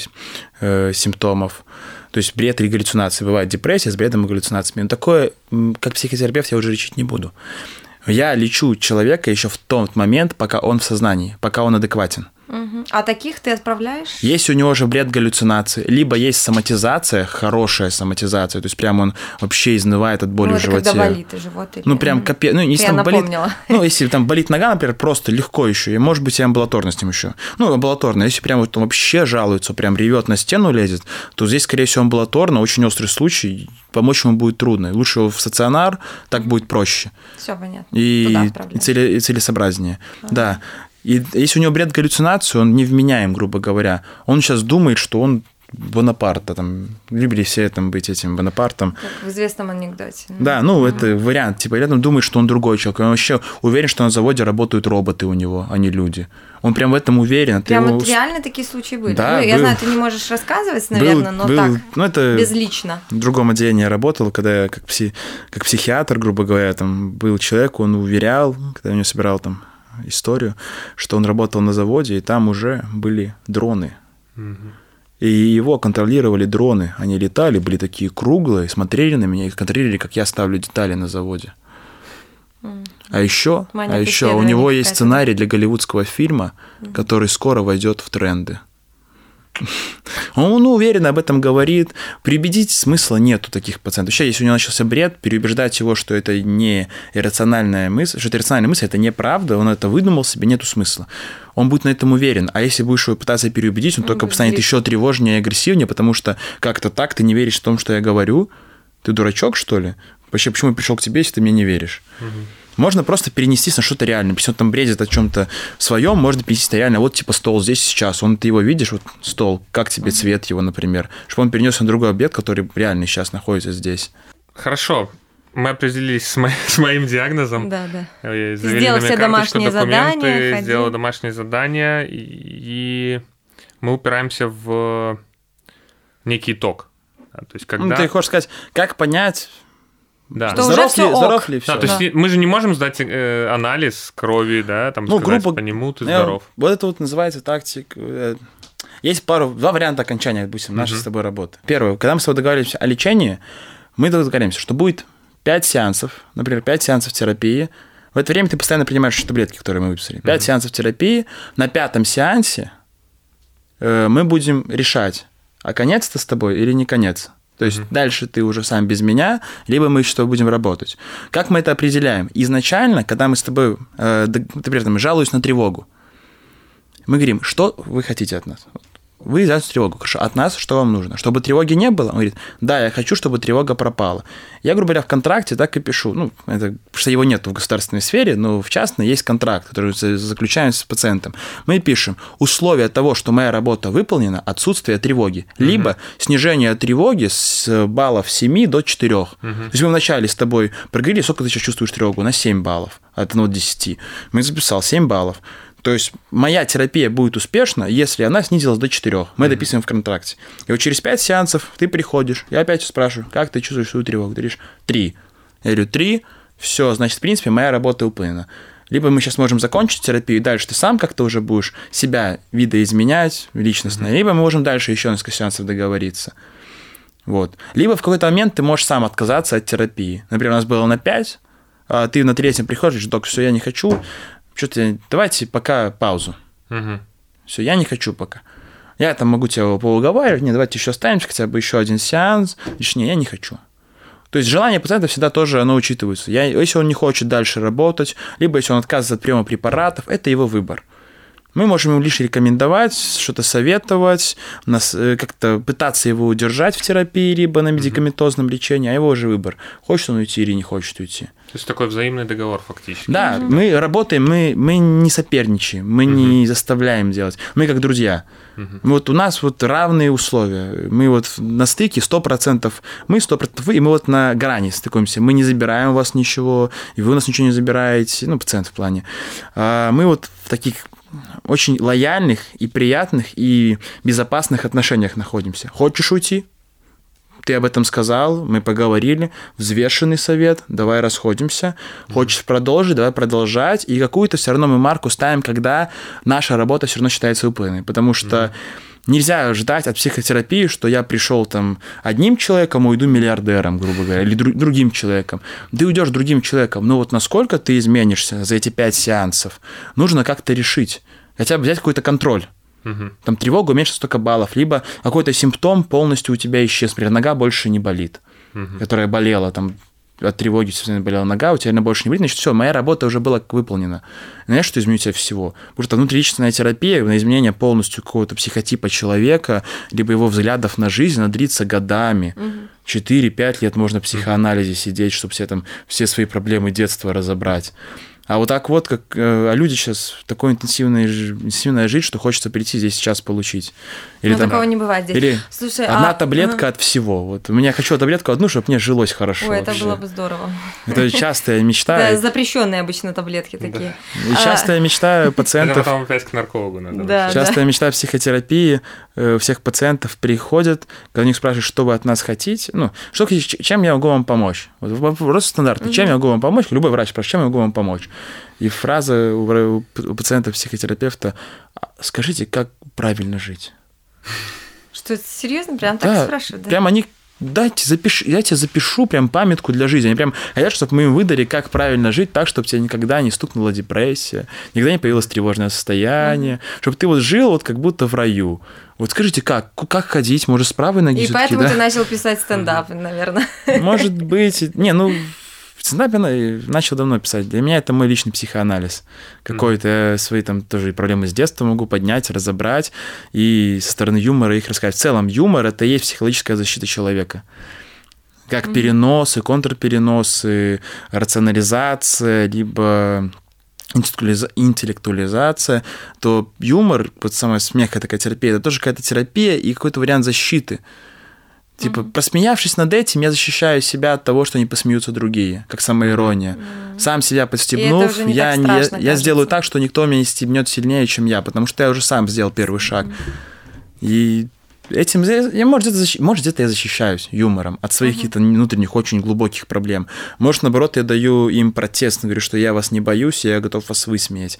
[SPEAKER 2] симптомов. То есть бред и галлюцинации. Бывает депрессия с бредом и галлюцинациями. Но такое, как психотерапевт, я уже лечить не буду. Я лечу человека еще в тот момент, пока он в сознании, пока он адекватен.
[SPEAKER 3] А таких ты отправляешь?
[SPEAKER 2] Если у него уже бред галлюцинации, либо есть соматизация, хорошая соматизация, то есть прям он вообще изнывает от боли в животе.
[SPEAKER 3] Когда болит живот. Или...
[SPEAKER 2] Ну, прям капец. Ну, если там болит, если там болит нога, например, просто легко еще, и может быть и амбулаторно с ним еще. Ну, амбулаторно. Если прям вот он вообще жалуется, прям ревет на стену лезет, то здесь, скорее всего, амбулаторно, очень острый случай, помочь ему будет трудно. Лучше его в стационар, так будет проще.
[SPEAKER 3] Все понятно.
[SPEAKER 2] И целесообразнее. Да. И если у него бред галлюцинации, он невменяем, грубо говоря. Он сейчас думает, что он Бонапарта, там, любили все там быть этим Бонапартом.
[SPEAKER 3] Как в известном анекдоте.
[SPEAKER 2] Да, ну, это вариант. Типа, рядом думает, что он другой человек. Он вообще уверен, что на заводе работают роботы у него, а не люди. Он прям в этом уверен.
[SPEAKER 3] Прям вот реально такие случаи были?
[SPEAKER 2] Да,
[SPEAKER 3] я знаю, ты не можешь рассказывать, наверное, но так,
[SPEAKER 2] ну, это
[SPEAKER 3] безлично.
[SPEAKER 2] В другом отделении я работал, когда я как психиатр, грубо говоря, там был человек, он уверял, когда я у него собирал там историю, что он работал на заводе, и там уже были дроны. И его контролировали дроны. Они летали, были такие круглые, смотрели на меня и контролировали, как я ставлю детали на заводе. А еще у него есть сценарий для голливудского фильма, который скоро войдет в тренды. Он уверенно об этом говорит. Переубедить смысла нету таких пациентов. Вообще, если у него начался бред, переубеждать его, что это не иррациональная мысль, что это иррациональная мысль, это неправда, он это выдумал себе, нету смысла. Он будет на этом уверен. А если будешь его пытаться переубедить, он только станет еще тревожнее и агрессивнее, потому что как-то так ты не веришь в том, что я говорю. Ты дурачок, что ли? Вообще, почему я пришел к тебе, если ты мне не веришь? Можно просто перенестись на что-то реальное. Если он там бредит о чем-то своем, можно перенестись на реально. Вот типа стол здесь и сейчас. Ты его видишь, вот стол, как тебе цвет его, например. Чтобы он перенес на другой объект, который реально сейчас находится здесь.
[SPEAKER 1] Хорошо. Мы определились с моим диагнозом.
[SPEAKER 3] Да.
[SPEAKER 1] Сделал
[SPEAKER 3] все домашние задания.
[SPEAKER 1] Сделал домашние задания, и мы упираемся в некий итог. То есть, когда...
[SPEAKER 2] ты хочешь сказать, как понять...
[SPEAKER 3] Да. Что здоров
[SPEAKER 2] ли все?
[SPEAKER 1] Да, то есть мы же не можем сдать анализ крови, да, там сказать по нему ты здоров.
[SPEAKER 2] Вот это вот называется тактика. Есть два варианта окончания, допустим, нашей с тобой работы. Первое, когда мы с тобой договариваемся о лечении, мы договариваемся, что будет 5 сеансов, например, 5 сеансов терапии. В это время ты постоянно принимаешь таблетки, которые мы выписали. 5 сеансов терапии. На 5-м сеансе мы будем решать, а конец это с тобой или не конец. То есть дальше ты уже сам без меня, либо мы что будем работать. Как мы это определяем? Изначально, когда мы с тобой, например, жалуюсь на тревогу, мы говорим, что вы хотите от нас? Вы жалуетесь на тревогу. Хорошо, от нас что вам нужно? Чтобы тревоги не было? Он говорит, да, я хочу, чтобы тревога пропала. Я, грубо говоря, в контракте так и пишу. Потому что его нет в государственной сфере, но в частной есть контракт, который заключаем с пациентом. Мы пишем, условия того, что моя работа выполнена, отсутствие тревоги, либо снижение тревоги с баллов 7 до 4. То есть мы вначале с тобой проговорили, сколько ты сейчас чувствуешь тревогу? На 7 баллов от 1 до 10. Мы записал 7 баллов. То есть моя терапия будет успешна, если она снизилась до 4. Мы дописываем в контракте. И вот через 5 сеансов ты приходишь, я опять спрашиваю, как ты чувствуешь свою тревогу? Ты говоришь, 3. Я говорю, 3, все, значит, в принципе, моя работа выполнена. Либо мы сейчас можем закончить терапию, и дальше ты сам как-то уже будешь себя видоизменять личностно, либо мы можем дальше еще несколько сеансов договориться. Вот. Либо в какой-то момент ты можешь сам отказаться от терапии. Например, у нас было на 5, а ты на 3-м приходишь, док, все, я не хочу. Что-то давайте пока паузу. Все, я не хочу пока. Я там могу тебя поуговаривать, давайте еще останемся, хотя бы еще один сеанс. Лишнее, я не хочу. То есть желание пациента всегда тоже оно учитывается. Если он не хочет дальше работать, либо если он отказывается от приема препаратов, это его выбор. Мы можем ему лишь рекомендовать, что-то советовать, как-то пытаться его удержать в терапии, либо на медикаментозном лечении, а его уже выбор. Хочет он уйти или не хочет уйти.
[SPEAKER 1] То есть такой взаимный договор фактически.
[SPEAKER 2] Да, мы работаем, мы не соперничаем, мы не заставляем делать. Мы как друзья. Вот у нас вот равные условия. Мы вот на стыке 100% мы, 100% вы, и мы вот на грани стыкуемся. Мы не забираем у вас ничего, и вы у нас ничего не забираете, пациент в плане. Мы вот в таких очень лояльных и приятных и безопасных отношениях находимся. Хочешь уйти? Ты об этом сказал, мы поговорили, взвешенный совет, давай расходимся. Хочешь продолжить, давай продолжать. И какую-то все равно мы марку ставим, когда наша работа все равно считается выполненной. Потому что нельзя ждать от психотерапии, что я пришел там одним человеком, уйду миллиардером, грубо говоря, или другим человеком. Ты уйдешь другим человеком, но вот насколько ты изменишься за эти 5 сеансов, нужно как-то решить. хотя бы взять какой-то контроль. Там тревога уменьшится столько баллов, либо какой-то симптом полностью у тебя исчез, например, нога больше не болит, которая болела, там от тревоги болела нога, у тебя она больше не болит, значит, все, моя работа уже была выполнена. Знаешь, что изменить себя всего? Потому что внутриличностная терапия на изменение полностью какого-то психотипа человека, либо его взглядов на жизнь, она длится годами. 4-5 лет можно в психоанализе сидеть, чтобы все свои проблемы детства разобрать. А вот так вот, как люди сейчас такой интенсивная жизнь, что хочется прийти здесь сейчас получить. Или
[SPEAKER 3] там, такого не бывает здесь.
[SPEAKER 2] Или слушай, одна таблетка от всего. Вот у меня хочу таблетку одну, чтобы мне жилось хорошо.
[SPEAKER 3] Ой, это было бы здорово.
[SPEAKER 2] Это частая мечта.
[SPEAKER 3] Да, запрещенные обычно таблетки такие.
[SPEAKER 2] И частая мечта пациентов.
[SPEAKER 1] Это потом опять к наркологу надо.
[SPEAKER 2] Частая мечта психотерапии у всех пациентов приходят, когда у них спрашивают, что вы от нас хотите. Ну, чем я могу вам помочь? Вот вопрос стандартный. Чем я могу вам помочь? Любой врач спрашивает, чем я могу вам помочь? И фраза у пациента-психотерапевта: скажите, как правильно жить?
[SPEAKER 3] Что, это серьезно? Прям так спрашивают? Да?
[SPEAKER 2] Прям они, я тебе запишу прям памятку для жизни. Они прям хотят, чтобы мы им выдали, как правильно жить так, чтобы тебе никогда не стукнула депрессия, никогда не появилось тревожное состояние, чтобы ты вот жил вот как будто в раю. Вот скажите, как ходить? Может, с правой ноги?
[SPEAKER 3] И поэтому ты начал писать стендап, наверное.
[SPEAKER 2] Может быть. В стендапе начал давно писать. Для меня это мой личный психоанализ. Какой-то я свои там тоже проблемы с детства могу поднять, разобрать и со стороны юмора их рассказать. В целом юмор – это и есть психологическая защита человека. Как переносы, контрпереносы, рационализация, либо интеллектуализация, то юмор, вот самая мягкая такая терапия, это тоже какая-то терапия и какой-то вариант защиты. Типа, посмеявшись над этим, я защищаю себя от того, что не посмеются другие, как самоирония. Сам себя подстебнув, я сделаю так, что никто меня не стебнет сильнее, чем я, потому что я уже сам сделал первый шаг. И этим может, где-то я защищаюсь юмором от своих каких-то внутренних, очень глубоких проблем. Может, наоборот, я даю им протест, говорю, что я вас не боюсь, я готов вас высмеять.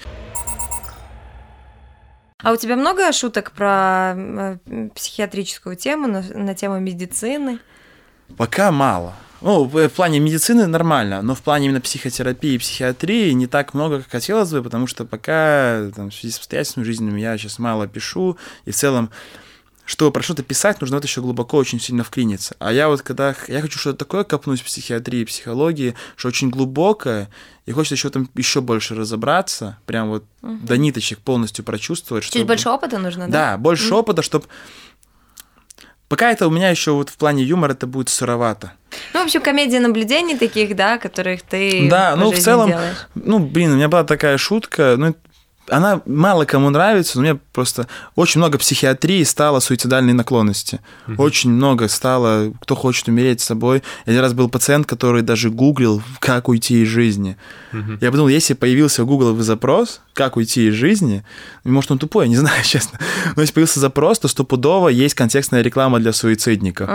[SPEAKER 3] А у тебя много шуток про психиатрическую тему, на тему медицины?
[SPEAKER 2] Пока мало. Ну, в плане медицины нормально, но в плане именно психотерапии и психиатрии не так много, как хотелось бы, потому что пока в связи с обстоятельствами жизненными я сейчас мало пишу, и в целом, чтобы про что-то писать, нужно вот еще глубоко очень сильно вклиниться. А я я хочу что-то такое копнуть в психиатрии, психологии, что очень глубокое, и хочется еще там еще больше разобраться, прям вот до ниточек полностью прочувствовать.
[SPEAKER 3] Чуть больше опыта нужно, да?
[SPEAKER 2] Да, больше опыта, чтобы... Пока это у меня еще вот в плане юмора это будет сыровато.
[SPEAKER 3] Ну, в общем, комедия наблюдений таких, да, которых ты
[SPEAKER 2] в целом
[SPEAKER 3] делаешь.
[SPEAKER 2] У меня была такая шутка, она мало кому нравится, но мне просто очень много психиатрии стало суицидальной наклонности. Очень много стало, кто хочет умереть с собой. Я один раз был пациент, который даже гуглил, как уйти из жизни. Я подумал, если появился гугловый запрос, как уйти из жизни, может, он тупой, я не знаю, честно, но если появился запрос, то стопудово есть контекстная реклама для суицидников.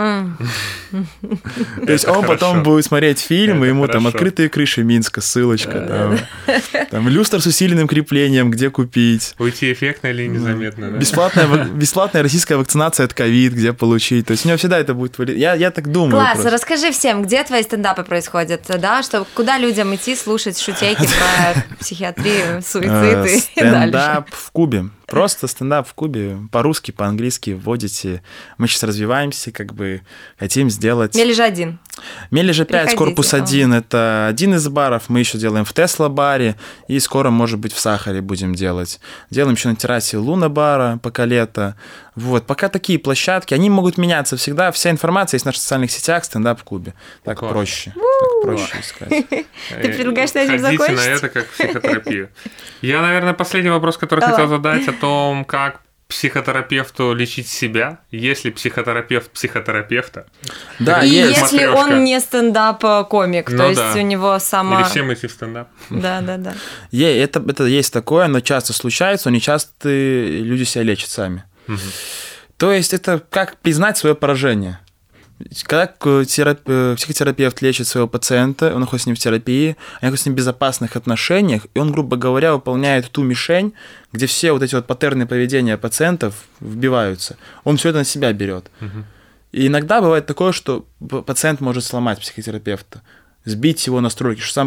[SPEAKER 2] То есть он потом будет смотреть фильм, и ему там «Открытые крыши Минска», ссылочка, там «Люстр с усиленным креплением», где купить.
[SPEAKER 1] Уйти эффектно или незаметно, да?
[SPEAKER 2] Бесплатная российская вакцинация от ковид, где получить. То есть у него всегда это будет... Я так думаю.
[SPEAKER 3] Класс,
[SPEAKER 2] просто.
[SPEAKER 3] Расскажи всем, где твои стендапы происходят, да? Куда людям идти слушать шутейки про психиатрию, суицид и дальше?
[SPEAKER 2] Стендап в Кубе. Просто стендап в Кубе. По-русски, по-английски вводите. Мы сейчас развиваемся, хотим сделать...
[SPEAKER 3] Мележа 1.
[SPEAKER 2] Мележа 5, корпус 1. Это один из баров. Мы еще делаем в Тесла-баре. И скоро, может быть, в Сахаре будем делать. Делаем еще на террасе Луна-бара, пока лето. Вот. Пока такие площадки. Они могут меняться всегда. Вся информация есть в наших социальных сетях. Стендап в Кубе. Так проще. Так проще искать.
[SPEAKER 3] Ты предлагаешь на этим закончить?
[SPEAKER 1] Ходите на это как психотерапию. Я, наверное, последний вопрос, который хотел задать, о том, как психотерапевту лечить себя, если психотерапевт психотерапевта.
[SPEAKER 3] Да, и если он не стендап-комик, то есть у него сама...
[SPEAKER 1] Или всем идти в стендап.
[SPEAKER 3] Да.
[SPEAKER 2] Это есть такое, но часто случается, не часто люди себя лечат сами. То есть это как признать свое поражение. Когда психотерапевт лечит своего пациента, он находится с ним в терапии, они находятся с ним в безопасных отношениях, и он, грубо говоря, выполняет ту мишень, где все вот эти вот паттерны поведения пациентов вбиваются. Он все это на себя берет. И иногда бывает такое, что пациент может сломать психотерапевта, сбить его настройки, что сам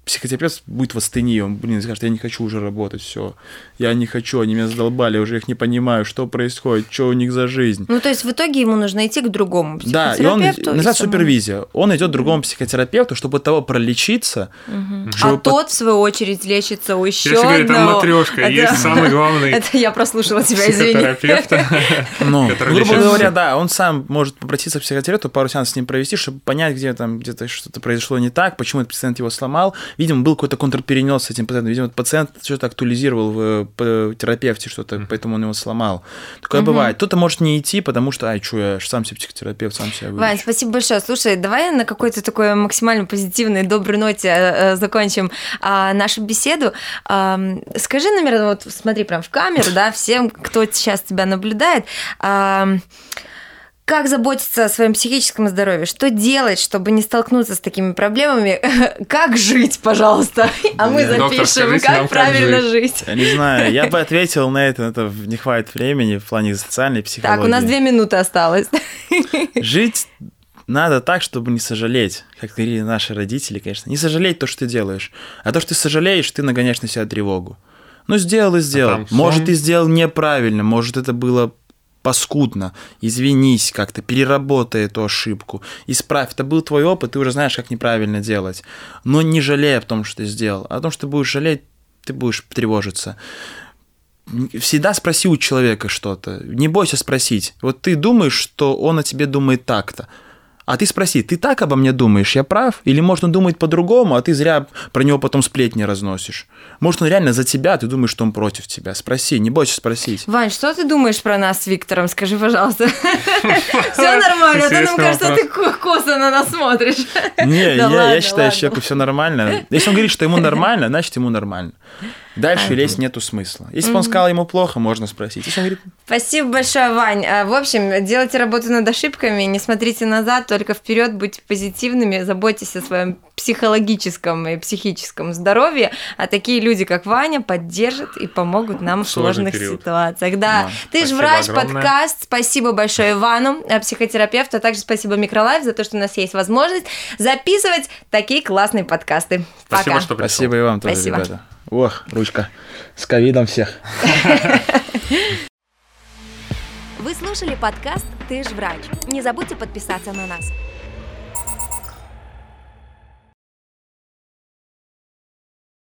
[SPEAKER 2] психотерапевт будет в астении, он, скажет, я не хочу уже работать, все, я не хочу, они меня задолбали, я уже их не понимаю, что происходит, что у них за жизнь.
[SPEAKER 3] Ну, то есть в итоге ему нужно идти к другому психотерапевту.
[SPEAKER 2] Да, и он называется супервизия. Он идет к другому психотерапевту, чтобы от того пролечиться.
[SPEAKER 3] Тот, в свою очередь, лечится у еще одного.
[SPEAKER 1] Если говорить, там матрешка, есть самый главный.
[SPEAKER 3] Это я прослушала тебя, извини.
[SPEAKER 1] Психотерапевт.
[SPEAKER 2] Ну, грубо говоря, да, он сам может попроситься к психотерапевту, пару сеансов с ним провести, чтобы понять, где там где-то что-то произошло не так, почему этот пациент его сломал. Видимо, был какой-то контрперенос с этим пациентом. Видимо, пациент что-то актуализировал в терапевте что-то, поэтому он его сломал. Такое бывает. Кто-то может не идти, потому что, я же сам себе психотерапевт, сам себя вылечу.
[SPEAKER 3] Вань, спасибо большое. Слушай, давай на какой-то такой максимально позитивной, доброй ноте закончим нашу беседу. Скажи, наверное, вот смотри прям в камеру, да, всем, кто сейчас тебя наблюдает, как заботиться о своем психическом здоровье? Что делать, чтобы не столкнуться с такими проблемами? Как жить, пожалуйста? А мы запишем, как правильно жить.
[SPEAKER 2] Я не знаю, я бы ответил на это не хватит времени в плане социальной психологии.
[SPEAKER 3] Так, у нас 2 минуты осталось.
[SPEAKER 2] Жить надо так, чтобы не сожалеть, как говорили наши родители, конечно. Не сожалеть то, что ты делаешь, а то, что ты сожалеешь, ты нагоняешь на себя тревогу. Ну, сделал и сделал. Может, ты сделал неправильно, может, это было паскудно, извинись как-то, переработай эту ошибку, исправь. Это был твой опыт, ты уже знаешь, как неправильно делать. Но не жалей о том, что ты сделал. А о том, что ты будешь жалеть, ты будешь тревожиться. Всегда спроси у человека что-то. Не бойся спросить. Вот ты думаешь, что он о тебе думает так-то. А ты спроси, ты так обо мне думаешь, я прав? Или, может, он думает по-другому, а ты зря про него потом сплетни разносишь? Может, он реально за тебя, а ты думаешь, что он против тебя? Спроси, не бойся спросить.
[SPEAKER 3] Вань, что ты думаешь про нас с Виктором? Скажи, пожалуйста. Все нормально, а то, нам кажется, ты косо на нас смотришь.
[SPEAKER 2] Не, я считаю, что человеку все нормально. Если он говорит, что ему нормально, значит, ему нормально. Дальше лезть нету смысла. Если бы он сказал, ему плохо, можно спросить. Если он говорит...
[SPEAKER 3] Спасибо большое, Вань. В общем, делайте работу над ошибками, не смотрите назад, только вперед, будьте позитивными, заботьтесь о своем психологическом и психическом здоровье, а такие люди, как Ваня, поддержат и помогут нам в сложных ситуациях. Да. Ты же врач, огромное. Подкаст. Спасибо большое Ивану, психотерапевту, а также спасибо Микролайф за то, что у нас есть возможность записывать такие классные подкасты.
[SPEAKER 1] Спасибо,
[SPEAKER 3] Пока.
[SPEAKER 1] что пришел.
[SPEAKER 2] Спасибо и вам тоже, ребята. Ох, ручка. С ковидом всех.
[SPEAKER 3] Вы слушали подкаст «Ты ж врач». Не забудьте подписаться на нас.